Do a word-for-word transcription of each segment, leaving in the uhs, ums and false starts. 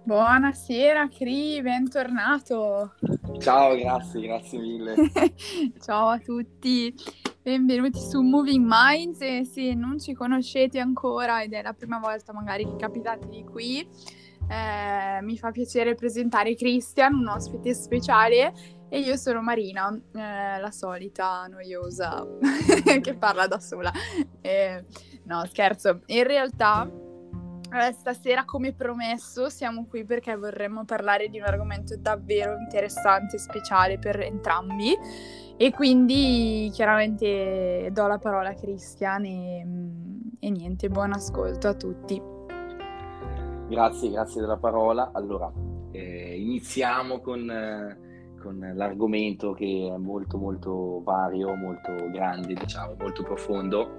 Buonasera Cri, bentornato. Ciao, grazie, grazie mille. Ciao a tutti, benvenuti su Moving Minds e se non ci conoscete ancora ed è la prima volta magari che capitate di qui, eh, mi fa piacere presentare Christian, un ospite speciale, e io sono Marina, eh, la solita noiosa che parla da sola. Eh, no, scherzo, in realtà eh, stasera, come promesso, siamo qui perché vorremmo parlare di un argomento davvero interessante e speciale per entrambi, e quindi chiaramente do la parola a Christian e, e niente, buon ascolto a tutti. Grazie, grazie della parola. Allora, eh, iniziamo con, eh, con l'argomento che è molto molto vario, molto grande, diciamo, molto profondo,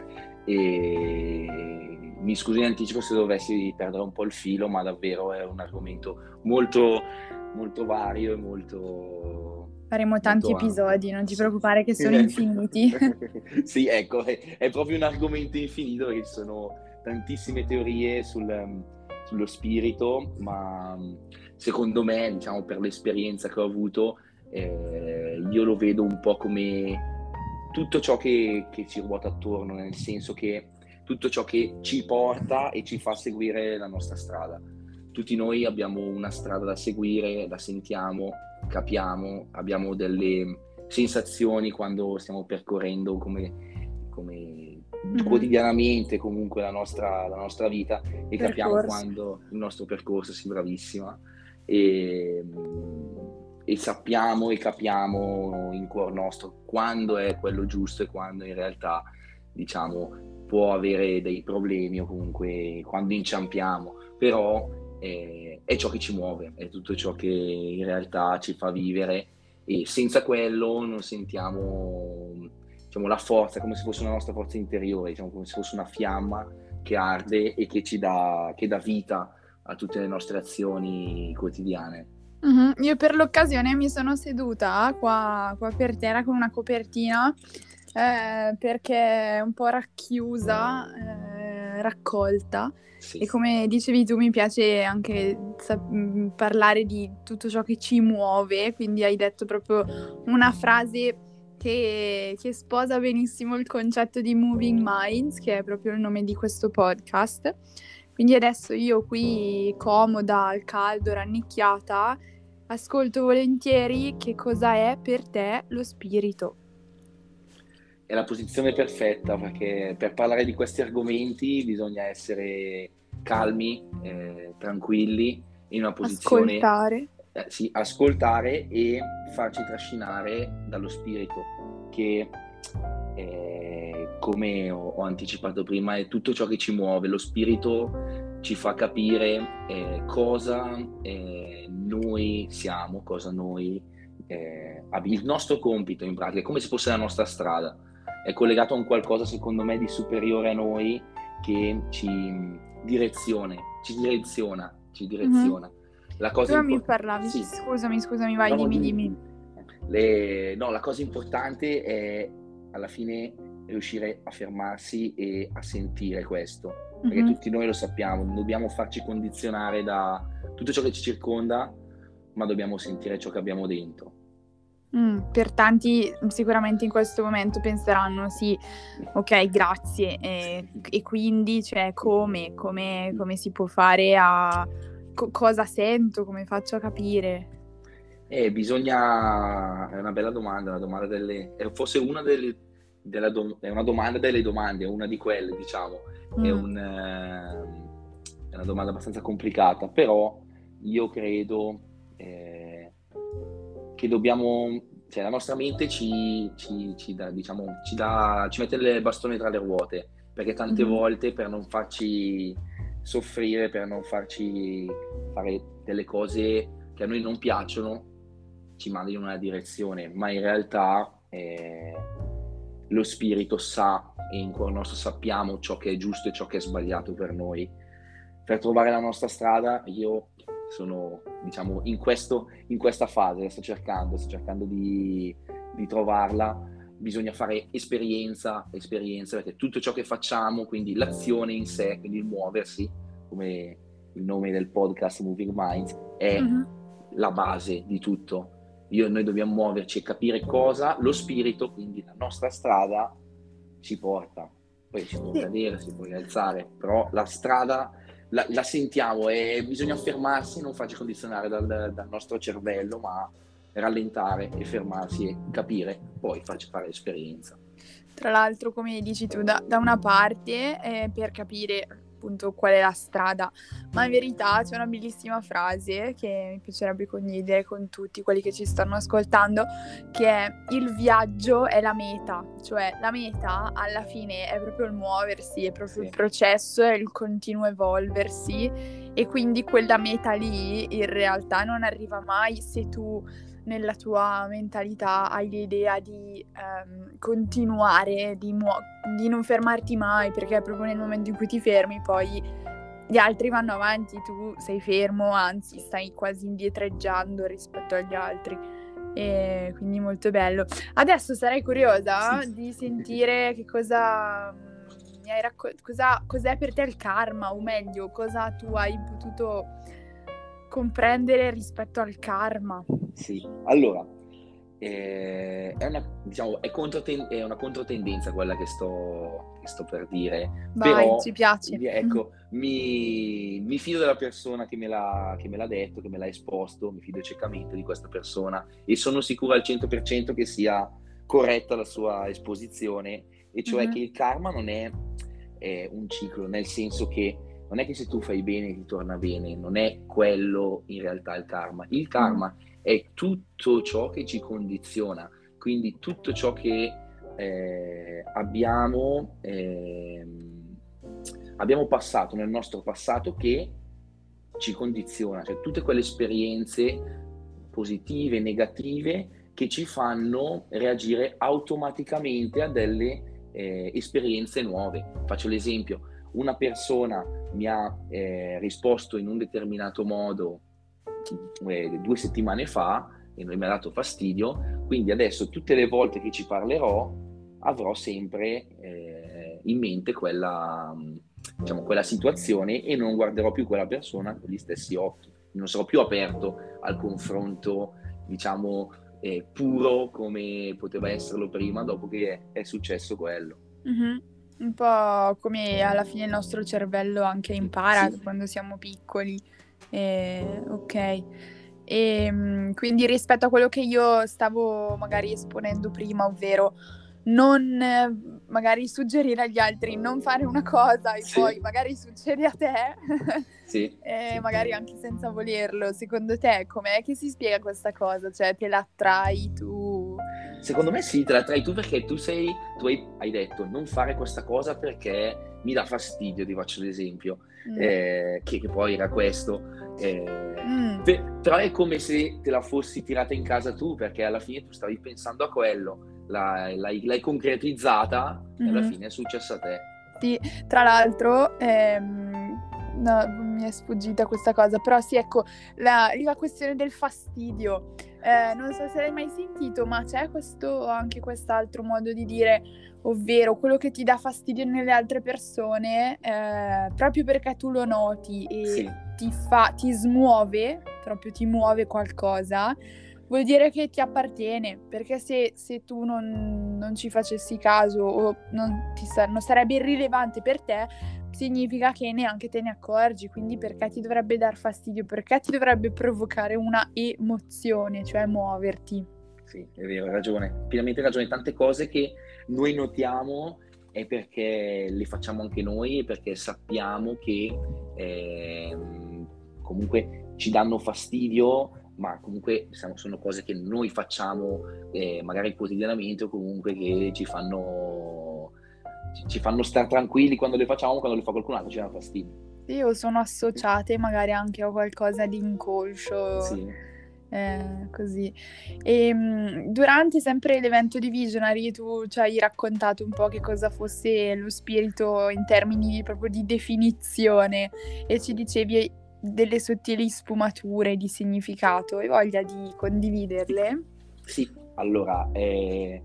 e mi scuso in anticipo se dovessi perdere un po' il filo, ma davvero è un argomento molto molto vario e molto Faremo tanti molto ampio. episodi, non ti Sì. preoccupare che sono infiniti. Sì, ecco, è, è proprio un argomento infinito perché ci sono tantissime teorie sul, sullo spirito, ma secondo me, diciamo, per l'esperienza che ho avuto, eh, io lo vedo un po' come tutto ciò che, che ci ruota attorno, nel senso che tutto ciò che ci porta e ci fa seguire la nostra strada. Tutti noi abbiamo una strada da seguire, la sentiamo, capiamo, abbiamo delle sensazioni quando stiamo percorrendo come, come mm-hmm. quotidianamente comunque la nostra, la nostra vita, e percorso. Capiamo quando il nostro percorso sia bravissima e, e sappiamo e capiamo in cuor nostro quando è quello giusto e quando in realtà, diciamo, può avere dei problemi, o comunque quando inciampiamo, però eh, è ciò che ci muove, è tutto ciò che in realtà ci fa vivere, e senza quello non sentiamo, diciamo, la forza, come se fosse una nostra forza interiore, diciamo, come se fosse una fiamma che arde e che ci dà, che dà vita a tutte le nostre azioni quotidiane. Mm-hmm. Io per l'occasione mi sono seduta qua, qua per terra con una copertina eh, perché è un po' racchiusa, eh, raccolta, sì. E come dicevi tu mi piace anche sap- parlare di tutto ciò che ci muove, quindi hai detto proprio una frase che, che sposa benissimo il concetto di Moving Minds, che è proprio il nome di questo podcast. Quindi adesso io qui comoda, al caldo, rannicchiata, ascolto volentieri che cosa è per te lo spirito. È la posizione perfetta, perché per parlare di questi argomenti bisogna essere calmi, eh, tranquilli, in una posizione... Ascoltare. Eh, sì, ascoltare e farci trascinare dallo spirito, che eh, come ho, ho anticipato prima è tutto ciò che ci muove. Lo spirito ci fa capire eh, cosa eh, noi siamo, cosa noi eh, abbiamo, il nostro compito in pratica, è come se fosse la nostra strada, è collegato a un qualcosa secondo me di superiore a noi che ci direzione, ci direziona, ci direziona. Mm-hmm. La cosa tu impor- mi parlavi, sì. scusami, scusami, vai, no, dimmi, dimmi. dimmi. Le... No, la cosa importante è alla fine riuscire a fermarsi e a sentire questo, perché mm-hmm. tutti noi lo sappiamo, non dobbiamo farci condizionare da tutto ciò che ci circonda, ma dobbiamo sentire ciò che abbiamo dentro. Mm, per tanti sicuramente in questo momento penseranno sì, ok, grazie, e, e quindi cioè come, come, come si può fare a co- cosa sento, come faccio a capire? Eh, bisogna, è una bella domanda, una domanda delle, è forse una delle, della do, è una domanda delle domande, una di quelle, diciamo, mm. è, un, eh, è una domanda abbastanza complicata, però io credo eh, che dobbiamo, cioè la nostra mente ci, ci, ci dà, diciamo, ci dà, ci mette le bastoni tra le ruote, perché tante mm-hmm. volte per non farci soffrire, per non farci fare delle cose che a noi non piacciono, ci manda in una direzione, ma in realtà eh, lo spirito sa, e in cuor nostro sappiamo ciò che è giusto e ciò che è sbagliato per noi. Per trovare la nostra strada io sono, diciamo, in, questo, in questa fase, sto cercando, sto cercando di, di trovarla. Bisogna fare esperienza, esperienza, perché tutto ciò che facciamo, quindi l'azione in sé, quindi il muoversi, come il nome del podcast Moving Minds, è Mhm. la base di tutto. Io, noi dobbiamo muoverci e capire cosa lo spirito, quindi la nostra strada, ci porta. Poi ci può Sì. cadere, si può rialzare, però la strada la, la sentiamo e bisogna fermarsi, non farci condizionare dal, dal nostro cervello, ma rallentare e fermarsi e capire, poi farci fare l'esperienza. Tra l'altro, come dici tu, da, da una parte eh, per capire appunto qual è la strada, ma in verità c'è una bellissima frase che mi piacerebbe condividere con tutti quelli che ci stanno ascoltando, che è: il viaggio è la meta, cioè la meta alla fine è proprio il muoversi, è proprio Sì. il processo, è il continuo evolversi, e quindi quella meta lì in realtà non arriva mai se tu nella tua mentalità hai l'idea di ehm, continuare, di, muo- di non fermarti mai, perché proprio nel momento in cui ti fermi poi gli altri vanno avanti, tu sei fermo, anzi stai quasi indietreggiando rispetto agli altri, e quindi molto bello. Adesso sarei curiosa Sì. di sentire che cosa mm, mi hai racco- cosa, cos'è per te il karma, o meglio, cosa tu hai potuto comprendere rispetto al karma. Sì, allora, eh, è una, diciamo, è, controten- è una controtendenza quella che sto, che sto per dire, Vai, però, ci piace. ecco, mi, mi fido della persona che me, l'ha, che me l'ha detto, che me l'ha esposto, mi fido ciecamente di questa persona e sono sicuro al cento per cento che sia corretta la sua esposizione, e cioè Mhm. che il karma non è, è un ciclo, nel senso che non è che se tu fai bene ti torna bene, non è quello in realtà il karma. Il karma è tutto ciò che ci condiziona, quindi tutto ciò che eh, abbiamo, eh, abbiamo passato nel nostro passato che ci condiziona, cioè tutte quelle esperienze positive, negative, che ci fanno reagire automaticamente a delle eh, esperienze nuove. Faccio l'esempio: una persona mi ha eh, risposto in un determinato modo eh, due settimane fa e non mi ha dato fastidio, quindi adesso tutte le volte che ci parlerò avrò sempre eh, in mente quella, diciamo, quella situazione e non guarderò più quella persona con gli stessi occhi, non sarò più aperto al confronto, diciamo, eh, puro come poteva esserlo prima dopo che è, è successo quello. Mhm. Un po' come alla fine il nostro cervello anche impara Sì. quando siamo piccoli. Eh, ok. E mm, quindi rispetto a quello che io stavo magari esponendo prima, ovvero non eh, magari suggerire agli altri non fare una cosa e Sì. poi magari succede a te, Sì, e sì. magari anche senza volerlo. Secondo te com'è che si spiega questa cosa? Cioè te la attrai tu? Secondo me sì, te la trai tu perché tu sei, tu hai, hai detto non fare questa cosa perché mi dà fastidio, ti faccio l'esempio, Mm. eh, che, che poi era questo. Eh, Mm. pe- però è come se te la fossi tirata in casa tu, perché alla fine tu stavi pensando a quello, l'hai, l'hai, l'hai concretizzata e alla Mhm. fine è successo a te. Sì, tra l'altro, ehm, no, mi è sfuggita questa cosa, però sì, ecco, la, la questione del fastidio. Eh, non so se l'hai mai sentito, ma c'è questo, anche quest'altro modo di dire, ovvero quello che ti dà fastidio nelle altre persone, eh, proprio perché tu lo noti e Sì, ti fa, ti smuove, proprio ti muove qualcosa, vuol dire che ti appartiene, perché se, se tu non, non ci facessi caso o non, ti sa- non sarebbe irrilevante per te, significa che neanche te ne accorgi, quindi perché ti dovrebbe dar fastidio, perché ti dovrebbe provocare una emozione, cioè muoverti. sì, è vero, hai ragione, pienamente ragione. Tante cose che noi notiamo è perché le facciamo anche noi e perché sappiamo che ehm, comunque ci danno fastidio, ma comunque siamo- sono cose che noi facciamo eh, magari quotidianamente o comunque che ci fanno, ci, ci fanno stare tranquilli quando le facciamo, quando le fa qualcun altro ci danno fastidio. Sì, o sono associate magari anche a qualcosa di inconscio, Sì. eh, così. E mh, durante sempre l'evento di Visionary tu ci hai raccontato un po' che cosa fosse lo spirito in termini proprio di definizione, e ci dicevi delle sottili sfumature di significato. Hai voglia di condividerle? Sì, allora, eh,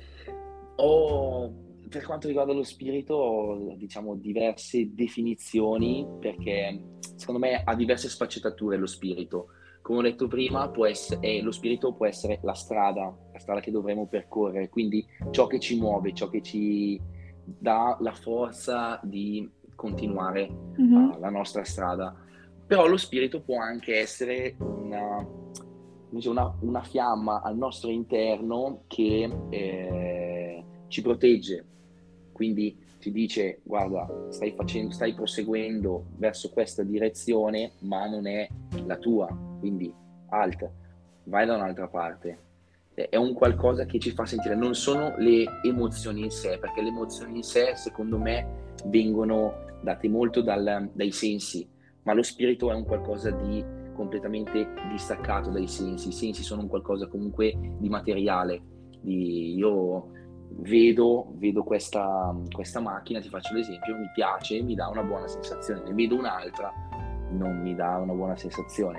ho, per quanto riguarda lo spirito, ho, diciamo, diverse definizioni, perché secondo me ha diverse sfaccettature lo spirito. Come ho detto prima, può essere, eh, lo spirito può essere la strada, la strada che dovremo percorrere, quindi ciò che ci muove, ciò che ci dà la forza di continuare Mhm. uh, la nostra strada. Però lo spirito può anche essere una, una, una fiamma al nostro interno che eh, ci protegge, quindi ci dice: guarda, stai facendo, stai proseguendo verso questa direzione, ma non è la tua, quindi alt, vai da un'altra parte. È un qualcosa che ci fa sentire, non sono le emozioni in sé, perché le emozioni in sé, secondo me, vengono date molto dal, dai sensi, ma lo spirito è un qualcosa di completamente distaccato dai sensi. I sensi sono un qualcosa comunque di materiale. Di, io vedo, vedo questa, questa macchina, ti faccio l'esempio, mi piace, mi dà una buona sensazione, ne vedo un'altra, non mi dà una buona sensazione.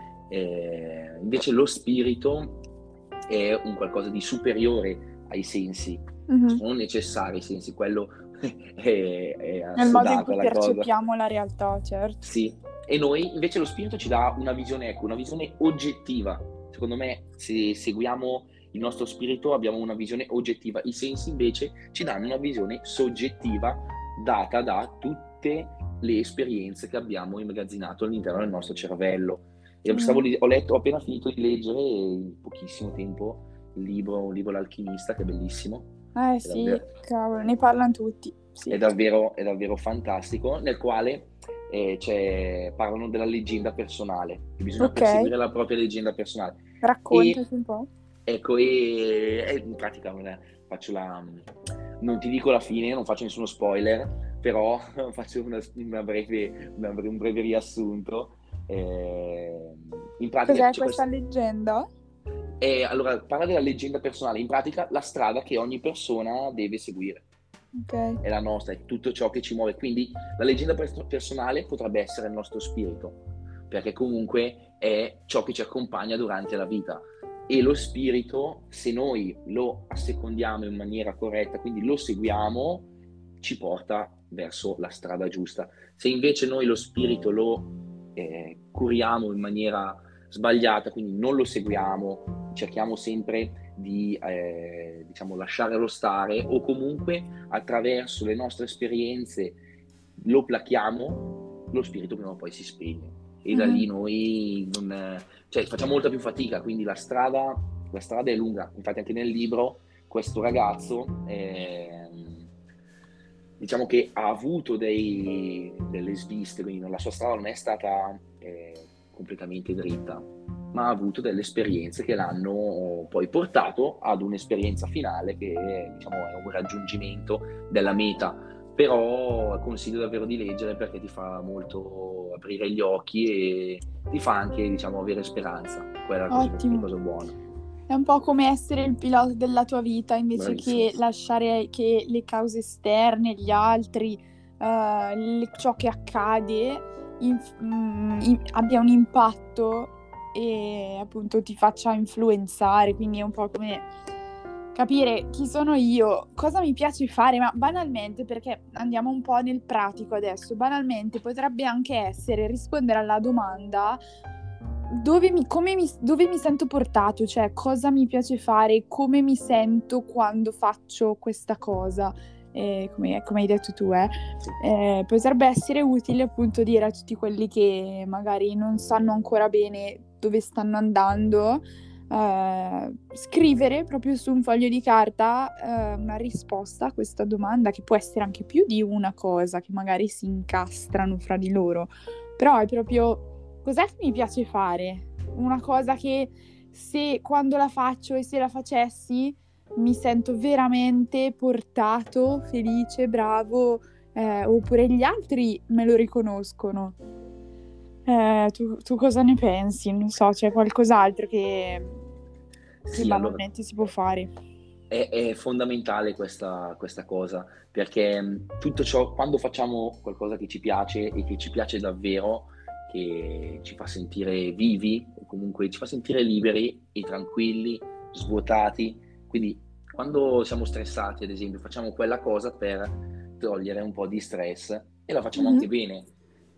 Eh, invece lo spirito è un qualcosa di superiore ai sensi, Mhm. sono necessari i sensi, quello è, è Nel modo in assodata cui la cosa. percepiamo la realtà, certo. Sì, e noi invece lo spirito ci dà una visione, ecco, una visione oggettiva. Secondo me, se seguiamo il nostro spirito abbiamo una visione oggettiva, i sensi invece ci danno una visione soggettiva data da tutte le esperienze che abbiamo immagazzinato all'interno del nostro cervello. E stavo, Mm. ho letto, ho appena finito di leggere in pochissimo tempo il libro, un libro L'Alchimista, che è bellissimo. Eh È sì, davvero, cavolo, ne parlano tutti. Sì. è davvero, è davvero fantastico, nel quale eh, c'è, parlano della leggenda personale, che bisogna Ok, perseguire la propria leggenda personale. E raccontaci un po'. ecco, e, e in pratica non è- faccio la, non ti dico la fine, non faccio nessuno spoiler, però faccio una, una breve, una- un breve riassunto. Eh, in pratica Cos'è c'è questa questo. leggenda? E allora parla della leggenda personale, in pratica la strada che ogni persona deve seguire. Ok. È la nostra, è tutto ciò che ci muove. Quindi la leggenda personale potrebbe essere il nostro spirito, perché comunque è ciò che ci accompagna durante la vita. E lo spirito, se noi lo assecondiamo in maniera corretta, quindi lo seguiamo, ci porta verso la strada giusta. Se invece noi lo spirito lo eh, curiamo in maniera sbagliata, quindi non lo seguiamo, cerchiamo sempre di eh, diciamo lasciarlo stare, o comunque attraverso le nostre esperienze lo plachiamo, lo spirito prima o poi si spegne e da Mhm. lì noi non, cioè, facciamo molta più fatica, quindi la strada, la strada è lunga. Infatti anche nel libro questo ragazzo eh, diciamo che ha avuto dei, delle sviste, quindi la sua strada non è stata eh, completamente dritta, ma ha avuto delle esperienze che l'hanno poi portato ad un'esperienza finale che diciamo è un raggiungimento della meta. Però consiglio davvero di leggere, perché ti fa molto aprire gli occhi e ti fa anche, diciamo, avere speranza. Quella è la cosa, la Ottimo. cosa buona. È un po' come essere il pilota della tua vita invece Bravissimo. che lasciare che le cause esterne, gli altri, eh, le- ciò che accade inf- mm, in- abbia un impatto e appunto ti faccia influenzare. Quindi è un po' come capire chi sono io, cosa mi piace fare, ma banalmente, perché andiamo un po' nel pratico adesso, banalmente potrebbe anche essere rispondere alla domanda dove mi, come mi, dove mi sento portato, cioè cosa mi piace fare, come mi sento quando faccio questa cosa, eh, come, come hai detto tu, eh. Eh, potrebbe essere utile appunto dire a tutti quelli che magari non sanno ancora bene dove stanno andando, eh, scrivere proprio su un foglio di carta eh, una risposta a questa domanda, che può essere anche più di una cosa, che magari si incastrano fra di loro, però è proprio cos'è che mi piace fare? Una cosa che se quando la faccio e se la facessi mi sento veramente portato, felice, bravo, eh, oppure gli altri me lo riconoscono. Eh, tu, tu cosa ne pensi? Non so, c'è qualcos'altro che, che Sì, allora banalmente si può fare. è, è fondamentale questa, questa cosa, perché mh, tutto ciò, quando facciamo qualcosa che ci piace e che ci piace davvero, che ci fa sentire vivi, o comunque ci fa sentire liberi e tranquilli, svuotati, quindi quando siamo stressati, ad esempio, facciamo quella cosa per togliere un po' di stress e la facciamo Mhm. anche bene.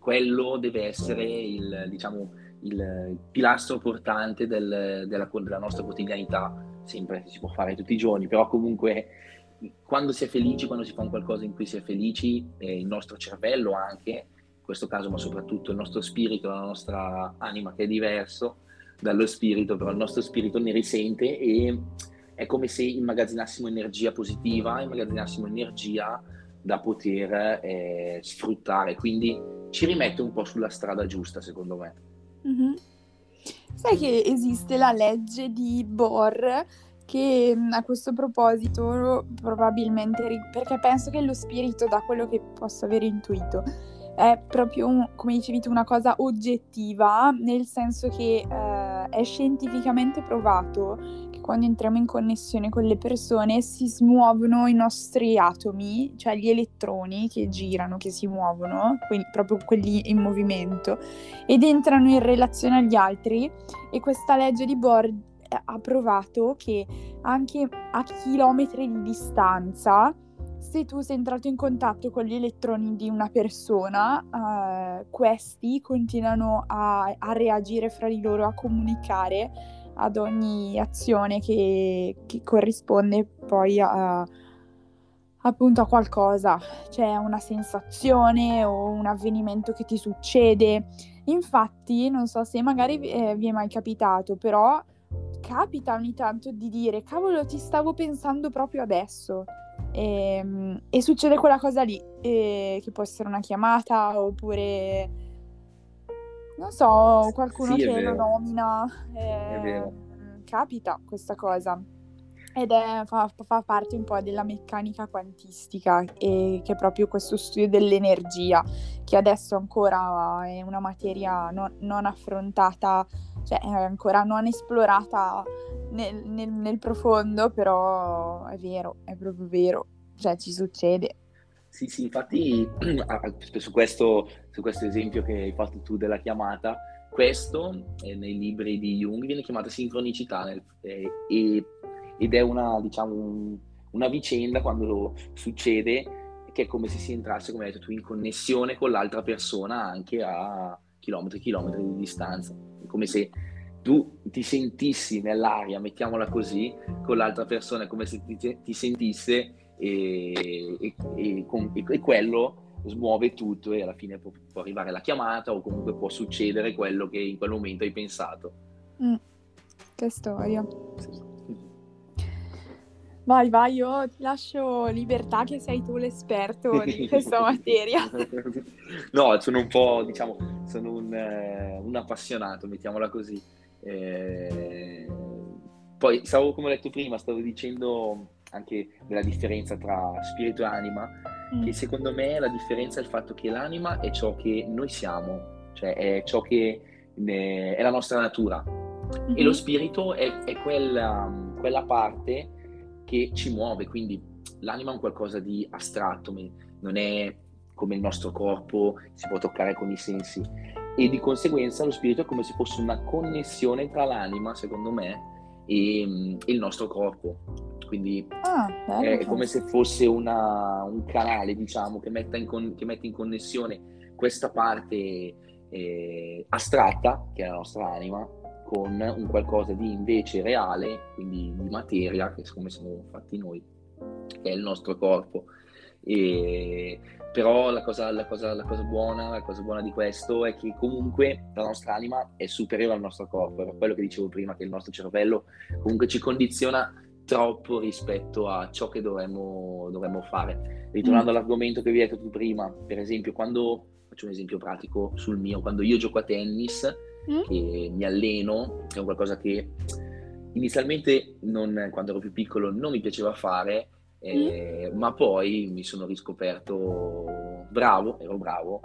quello deve essere il, diciamo, il pilastro portante del- della, della nostra quotidianità, sempre si può fare tutti i giorni, però comunque quando si è felici, quando si fa un qualcosa in cui si è felici, eh, il nostro cervello anche, in questo caso, ma soprattutto il nostro spirito, la nostra anima che è diverso dallo spirito, però il nostro spirito ne risente e è come se immagazzinassimo energia positiva, immagazzinassimo energia da poter eh, sfruttare, quindi ci rimette un po' sulla strada giusta, secondo me. Mhm. Sai che esiste la legge di Bohr che mh, a questo proposito probabilmente, ri- perché penso che lo spirito, da quello che posso aver intuito, è proprio, un- come dicevi tu, una cosa oggettiva, nel senso che eh, è scientificamente provato che quando entriamo in connessione con le persone si smuovono i nostri atomi, cioè gli elettroni che girano, che si muovono, quindi proprio quelli in movimento, ed entrano in relazione agli altri. E questa legge di Bohr eh, ha provato che anche a chilometri di distanza, se tu sei entrato in contatto con gli elettroni di una persona, eh, questi continuano a, a reagire fra di loro, a comunicare ad ogni azione che, che corrisponde poi a, appunto a qualcosa, cioè una sensazione o un avvenimento che ti succede. Infatti, non so se magari eh, vi è mai capitato, però capita ogni tanto di dire, cavolo, ti stavo pensando proprio adesso. E, e succede quella cosa lì, eh, che può essere una chiamata oppure, non so, qualcuno Sì, è che lo vero, nomina. è eh, vero. capita questa cosa. Ed è, fa, fa parte un po' della meccanica quantistica, e che è proprio questo studio dell'energia, che adesso ancora è una materia non, non affrontata, cioè è ancora non esplorata nel, nel- nel profondo, però è vero, è proprio vero, cioè ci succede. Sì, sì, infatti ah, su questo, su questo esempio che hai fatto tu della chiamata, questo eh, nei libri di Jung viene chiamata sincronicità nel- eh, e- ed è una, diciamo, un- una vicenda quando succede che è come se si entrasse, come hai detto tu, in connessione con l'altra persona anche a chilometri e chilometri di distanza. È come se tu ti sentissi nell'aria, mettiamola così, con l'altra persona, è come se ti, ti sentisse e, e- e con- e- e quello smuove tutto e alla fine può, può arrivare la chiamata o comunque può succedere quello che in quel momento hai pensato. Mm, che storia. Vai, vai, io ti lascio libertà che sei tu l'esperto di questa materia. No, sono un po', diciamo, sono un, eh, un appassionato, mettiamola così. Eh, poi, stavo, come ho detto prima, stavo dicendo anche della differenza tra spirito e anima, che Mm. secondo me la differenza è il fatto che l'anima è ciò che noi siamo, cioè è ciò che eh, è la nostra natura, e lo Mhm. spirito è, è quella, quella parte che ci muove, quindi l'anima è un qualcosa di astratto, non è come il nostro corpo, si può toccare con i sensi, e di conseguenza lo spirito è come se fosse una connessione tra l'anima, secondo me, e, e il nostro corpo. Quindi Ah, bello è come se questo. fosse una, un canale, diciamo, che metta in, con, che mette in connessione questa parte eh, astratta, che è la nostra anima, con un qualcosa di invece reale, quindi di materia, che è come siamo fatti noi, che è il nostro corpo. E, però la cosa, la, cosa, la cosa buona, la cosa buona di questo è che comunque la nostra anima è superiore al nostro corpo, per quello che dicevo prima, che il nostro cervello comunque ci condiziona troppo rispetto a ciò che dovremmo, dovremmo fare. Mm. Ritornando all'argomento che vi hai detto tu prima, per esempio, quando faccio un esempio pratico sul mio, quando io gioco a tennis, Mm? che mi alleno, è un qualcosa che inizialmente non, quando ero più piccolo non mi piaceva fare, Mm? eh, ma poi mi sono riscoperto bravo, ero bravo,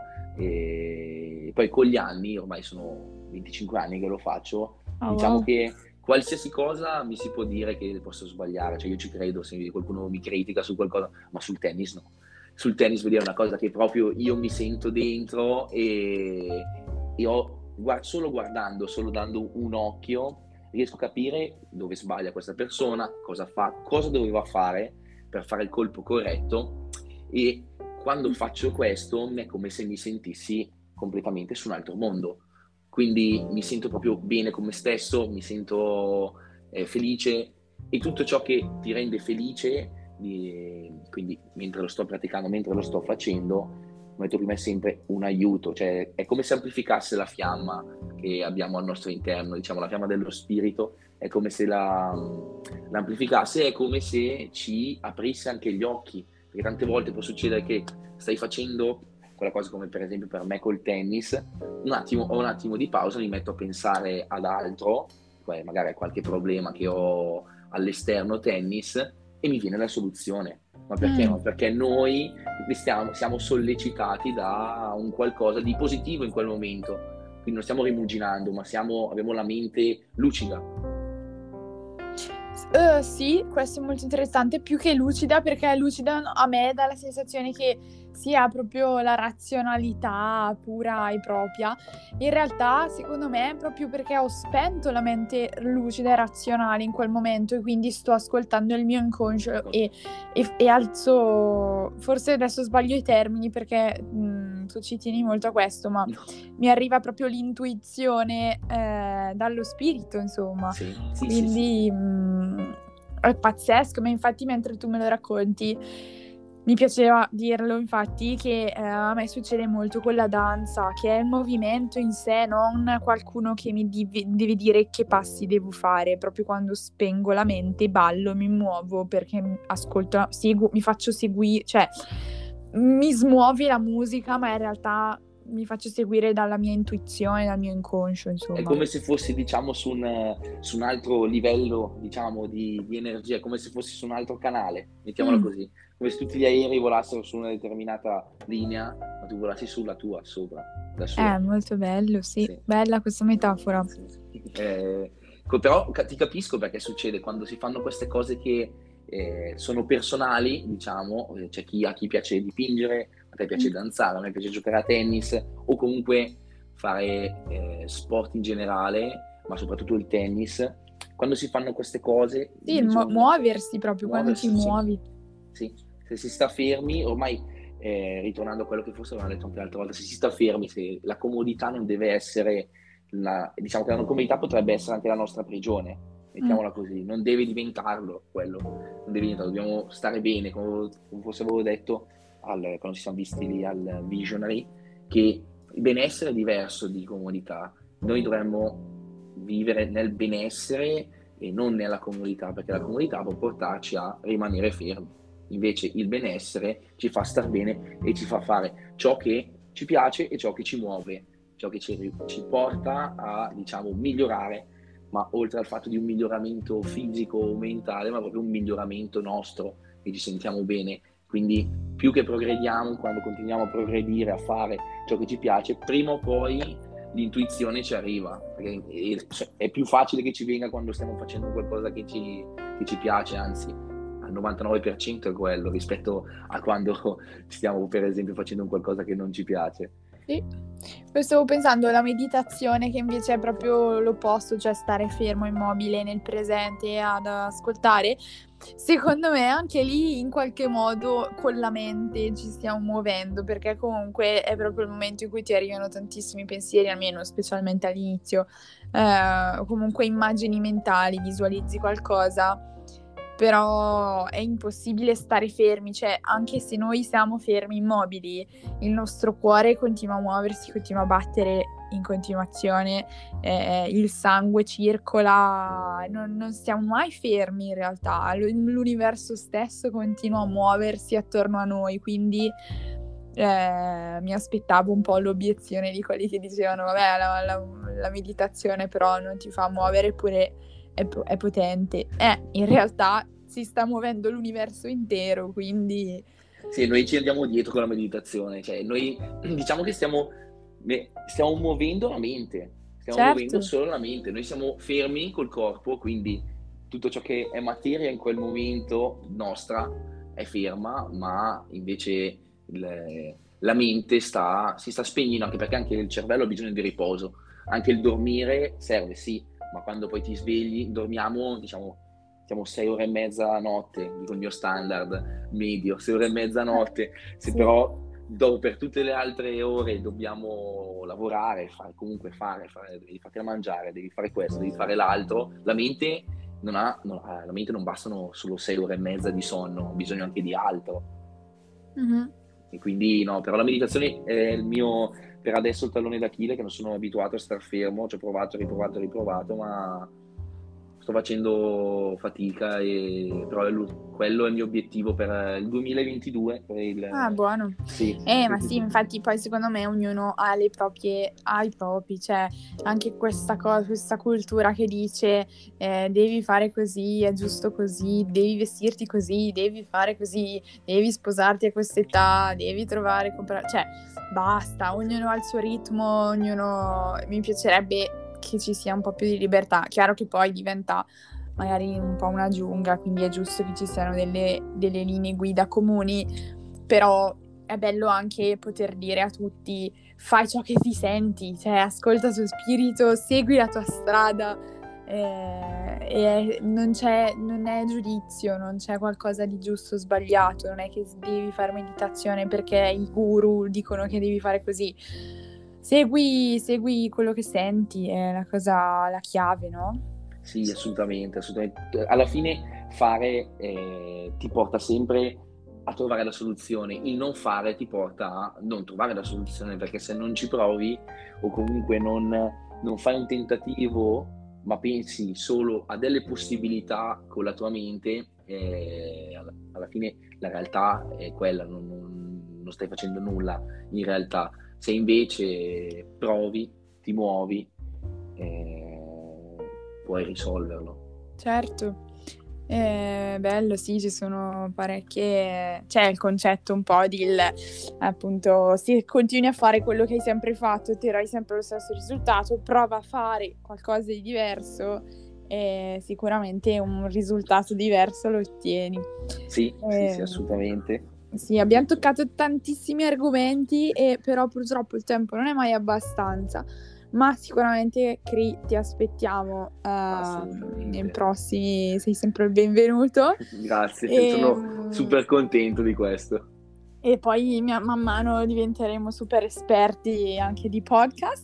e poi con gli anni, ormai sono venticinque anni che lo faccio, Ah, diciamo wow. che qualsiasi cosa mi si può dire che posso sbagliare, cioè io ci credo se qualcuno mi critica su qualcosa, ma sul tennis no. Sul tennis vuol dire una cosa che proprio io mi sento dentro e, e ho, guard- solo guardando, solo dando un occhio, riesco a capire dove sbaglia questa persona, cosa fa, cosa doveva fare per fare il colpo corretto, e quando faccio questo è come se mi sentissi completamente su un altro mondo. Quindi mi sento proprio bene con me stesso, mi sento eh, felice, e tutto ciò che ti rende felice, eh, quindi mentre lo sto praticando, mentre lo sto facendo, come ho detto prima, è sempre un aiuto, cioè è come se amplificasse la fiamma che abbiamo al nostro interno, diciamo la fiamma dello spirito, è come se la, l'amplificasse, è come se ci aprisse anche gli occhi, perché tante volte può succedere che stai facendo quella cosa, come per esempio per me col tennis, un attimo, ho un attimo di pausa, mi metto a pensare ad altro, poi magari a qualche problema che ho all'esterno tennis, e mi viene la soluzione. Ma perché Mm. no? Perché noi stiamo, siamo sollecitati da un qualcosa di positivo in quel momento, quindi non stiamo rimuginando, ma siamo, abbiamo la mente lucida. Uh, sì, questo è molto interessante, più che lucida, perché lucida a me dà la sensazione che sia proprio la razionalità pura e propria. In realtà, secondo me, proprio perché ho spento la mente lucida e razionale in quel momento, e quindi sto ascoltando il mio inconscio e, e, e alzo, forse adesso sbaglio i termini perché mh, tu ci tieni molto a questo, ma No. mi arriva proprio l'intuizione eh, dallo spirito, insomma. Sì, sì, Quindi sì, sì. mh, è pazzesco, ma infatti mentre tu me lo racconti mi piaceva dirlo, infatti, che eh, a me succede molto con la danza, che è il movimento in sé, non qualcuno che mi div- deve dire che passi devo fare. Proprio quando spengo la mente, ballo, mi muovo perché ascolto, seguo, mi faccio seguire, cioè mi smuove la musica, ma in realtà mi faccio seguire dalla mia intuizione, dal mio inconscio, insomma. È come se fossi, diciamo, su un, su un altro livello, diciamo, di, di energia, è come se fossi su un altro canale, mettiamola Mm. così. Come se tutti gli aerei volassero su una determinata linea, ma tu volassi sulla tua, sopra, da sola. È molto bello, sì. Sì. Bella questa metafora. Sì, sì. Eh, co- però ca- ti capisco perché succede quando si fanno queste cose che eh, sono personali, diciamo, eh, c'è chi, a chi piace dipingere, a te piace Mm. danzare, a me piace giocare a tennis, o comunque fare eh, sport in generale, ma soprattutto il tennis. Quando si fanno queste cose, Sì, il mu- bisogna muoversi proprio, quando ti muoversi, sì. muovi. Sì. Se si sta fermi, ormai eh, ritornando a quello che forse avevamo detto anche l'altra volta, se si sta fermi, se la comodità non deve essere, la, diciamo che la comodità potrebbe essere anche la nostra prigione, mettiamola Mm. così, non deve diventarlo quello, non deve diventarlo, dobbiamo stare bene, come, come forse avevo detto al, quando ci siamo visti lì al Visionary, che il benessere è diverso di comodità, noi dovremmo vivere nel benessere e non nella comodità, perché la comodità può portarci a rimanere fermi. Invece il benessere ci fa star bene e ci fa fare ciò che ci piace e ciò che ci muove, ciò che ci, ci porta a, diciamo, migliorare, ma oltre al fatto di un miglioramento fisico o mentale, ma proprio un miglioramento nostro, che ci sentiamo bene. Quindi più che progrediamo, quando continuiamo a progredire, a fare ciò che ci piace, prima o poi l'intuizione ci arriva, perché è più facile che ci venga quando stiamo facendo qualcosa che ci, che ci piace, anzi al novantanove per cento è quello, rispetto a quando stiamo per esempio facendo un qualcosa che non ci piace. Sì, poi stavo pensando alla meditazione, che invece è proprio l'opposto, cioè stare fermo, immobile nel presente ad ascoltare. Secondo me anche lì in qualche modo con la mente ci stiamo muovendo, perché comunque è proprio il momento in cui ti arrivano tantissimi pensieri, almeno specialmente all'inizio, eh, comunque immagini mentali, visualizzi qualcosa. Però è impossibile stare fermi, cioè anche se noi siamo fermi, immobili, il nostro cuore continua a muoversi, continua a battere in continuazione, eh, il sangue circola, non, non stiamo mai fermi in realtà, l'universo stesso continua a muoversi attorno a noi, quindi eh, mi aspettavo un po' l'obiezione di quelli che dicevano vabbè la, la, la meditazione però non ti fa muovere, eppure è, è potente. Eh, in realtà si sta muovendo l'universo intero, quindi... Sì, noi ci andiamo dietro con la meditazione, cioè noi diciamo che stiamo, stiamo muovendo la mente, stiamo certo. muovendo solo la mente, noi siamo fermi col corpo, quindi tutto ciò che è materia in quel momento nostra è ferma, ma invece il, la mente sta, si sta spegnendo, anche perché anche il cervello ha bisogno di riposo, anche il dormire serve, sì, ma quando poi ti svegli, dormiamo, diciamo, siamo sei ore e mezza a notte, dico il mio standard medio, sei ore e mezza a notte, se sì. però dopo per tutte le altre ore dobbiamo lavorare, fare, comunque fare, fare, devi farti da mangiare, devi fare questo, devi fare l'altro, la mente non ha, non ha- la mente non bastano solo sei ore e mezza di sonno, ha bisogno anche di altro. Mm-hmm. E quindi no, però la meditazione è il mio, per adesso, il tallone d'Achille, che non sono abituato a star fermo, ci ho provato, riprovato, riprovato, ma sto facendo fatica, e però è l'u- quello è il mio obiettivo per il duemilaventidue. Per il, Ah, buono. sì. Eh, ma sì, infatti poi secondo me ognuno ha le proprie, ha i propri, cioè anche questa cosa, questa cultura che dice eh, devi fare così, è giusto così, devi vestirti così, devi fare così, devi sposarti a quest'età, devi trovare, comprare, cioè basta, ognuno ha il suo ritmo, ognuno, mi piacerebbe che ci sia un po' più di libertà. Chiaro che poi diventa magari un po' una giungla, quindi è giusto che ci siano delle, delle linee guida comuni, però è bello anche poter dire a tutti fai ciò che ti senti, cioè ascolta il tuo spirito, segui la tua strada, eh, e non c'è, non è giudizio, non c'è qualcosa di giusto o sbagliato, non è che devi fare meditazione perché i guru dicono che devi fare così. Segui, segui quello che senti, è la cosa, la chiave, no? Sì, assolutamente, assolutamente. Alla fine fare eh, ti porta sempre a trovare la soluzione, il non fare ti porta a non trovare la soluzione, perché se non ci provi o comunque non, non fai un tentativo, ma pensi solo a delle possibilità con la tua mente, eh, alla, alla fine la realtà è quella, non, non, non stai facendo nulla in realtà. Se invece provi, ti muovi, eh, puoi risolverlo. Certo, è bello, sì, ci sono parecchie, c'è il concetto un po' di, il, appunto, se continui a fare quello che hai sempre fatto, otterrai sempre lo stesso risultato, prova a fare qualcosa di diverso e sicuramente un risultato diverso lo ottieni. Sì, Eh, sì, sì, assolutamente. Sì, abbiamo toccato tantissimi argomenti e però purtroppo il tempo non è mai abbastanza, ma sicuramente Cri ti aspettiamo uh, nei prossimi, sei sempre il benvenuto. Grazie, e, sono super contento di questo. E poi man mano diventeremo super esperti anche di podcast,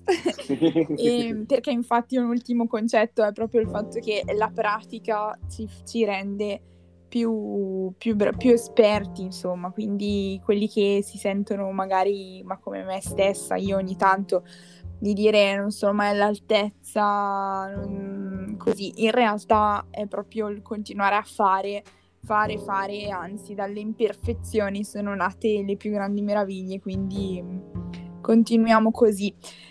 e, perché infatti un ultimo concetto è proprio il fatto che la pratica ci, ci rende più, più, più esperti, insomma, quindi quelli che si sentono magari, ma come me stessa, io ogni tanto, di dire non sono mai all'altezza, non, così, in realtà è proprio il continuare a fare, fare, fare, anzi dalle imperfezioni sono nate le più grandi meraviglie, quindi continuiamo così.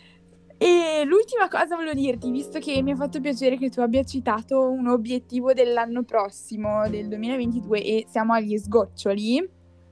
E l'ultima cosa volevo dirti, visto che mi ha fatto piacere che tu abbia citato un obiettivo dell'anno prossimo, del duemilaventidue, e siamo agli sgoccioli,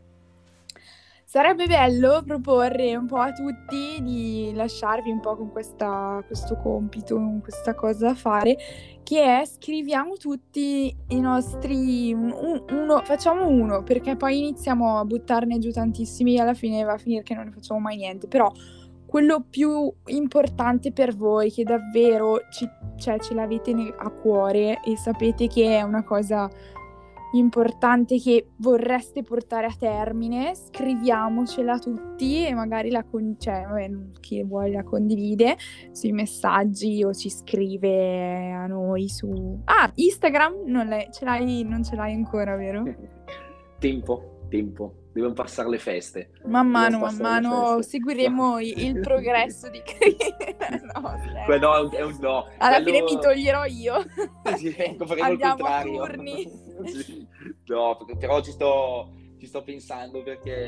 sarebbe bello proporre un po' a tutti di lasciarvi un po' con questa, questo compito, con questa cosa da fare, che è scriviamo tutti i nostri, un, uno, facciamo uno, perché poi iniziamo a buttarne giù tantissimi e alla fine va a finire che non ne facciamo mai niente, però quello più importante per voi, che davvero ci, cioè, ce l'avete nel, a cuore e sapete che è una cosa importante che vorreste portare a termine, scriviamocela tutti e magari la con- cioè, vabbè, chi vuole la condivide sui messaggi o ci scrive a noi su ah, Instagram non, l'hai, ce l'hai, non ce l'hai ancora, vero? Tempo, tempo. Devono passare le feste. Man mano, man mano seguiremo no. il progresso di no, que- no, è un no. Alla Quello... fine mi toglierò io. Sì, ecco, faremo il Andiamo a contrario. turni. Sì. No, però ci sto, ci sto pensando,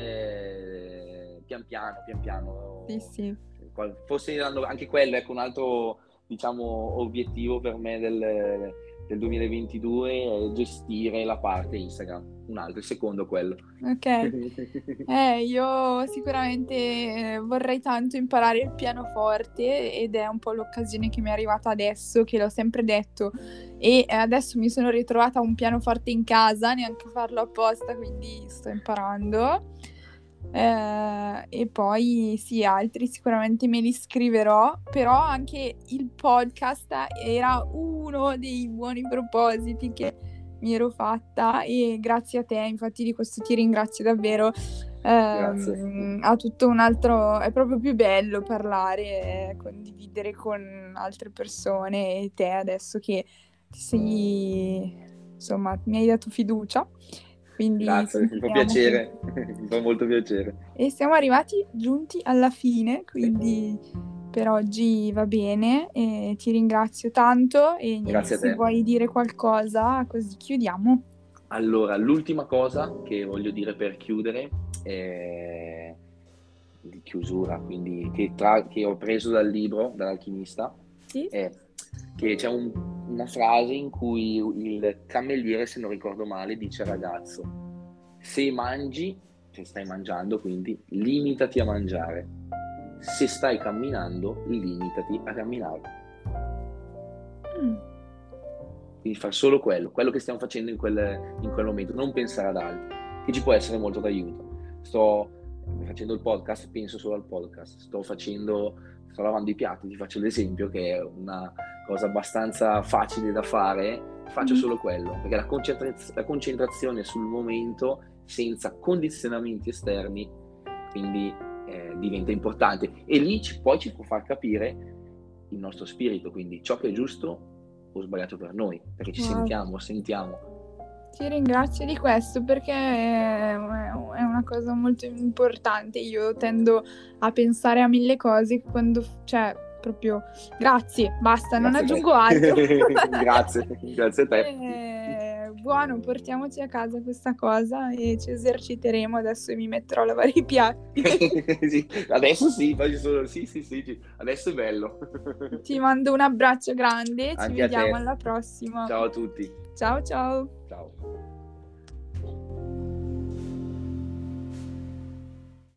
perché pian piano, pian piano. Sì, sì. Forse anche quello, ecco, un altro, diciamo, obiettivo per me del, del duemilaventidue è gestire la parte Instagram. Un altro, il secondo quello. Ok. Eh, io sicuramente eh, vorrei tanto imparare il pianoforte ed è un po' l'occasione che mi è arrivata adesso, che l'ho sempre detto, e adesso mi sono ritrovata un pianoforte in casa, neanche farlo apposta, quindi sto imparando. Eh, e poi sì, altri sicuramente me li scriverò, però anche il podcast era uno dei buoni propositi che mi ero fatta e grazie a te, infatti di questo ti ringrazio davvero, ehm, ha tutto un altro, è proprio più bello parlare, condividere con altre persone, e te adesso che ti sei, insomma, mi hai dato fiducia, quindi Grazie, mi fa continuiamo piacere, così. mi fa molto piacere. E siamo arrivati giunti alla fine, quindi per oggi va bene e ti ringrazio tanto e niente, Grazie a se te. vuoi dire qualcosa così chiudiamo. Allora, l'ultima cosa che voglio dire per chiudere è di chiusura, quindi che, tra, che ho preso dal libro, dall'alchimista, Sì? è che c'è un, una frase in cui il cameriere, se non ricordo male, dice al ragazzo: se mangi, se stai mangiando, quindi limitati a mangiare. Se stai camminando, limitati a camminare. Mm. Quindi far solo quello, quello che stiamo facendo in quel, in quel momento, non pensare ad altro, che ci può essere molto d'aiuto. Sto facendo il podcast, penso solo al podcast, sto facendo, sto lavando i piatti, ti faccio l'esempio che è una cosa abbastanza facile da fare, faccio Mm. solo quello, perché la, concentraz- la concentrazione sul momento senza condizionamenti esterni, quindi eh, diventa importante, e lì ci, poi ci può far capire il nostro spirito, quindi ciò che è giusto o sbagliato per noi, perché ci Wow. sentiamo, sentiamo. Ti ringrazio di questo perché è è una cosa molto importante. Io tendo a pensare a mille cose quando, cioè, proprio grazie, basta, non Grazie a te. aggiungo altro. Grazie, grazie a te. Eh, buono, portiamoci a casa questa cosa e ci eserciteremo. Adesso mi metterò a lavare i piatti. Sì, adesso sì, poi solo sì, sì, sì, sì, adesso è bello. Ti mando un abbraccio grande, ci Anche a vediamo te. alla prossima. Ciao a tutti. Ciao ciao. Ciao.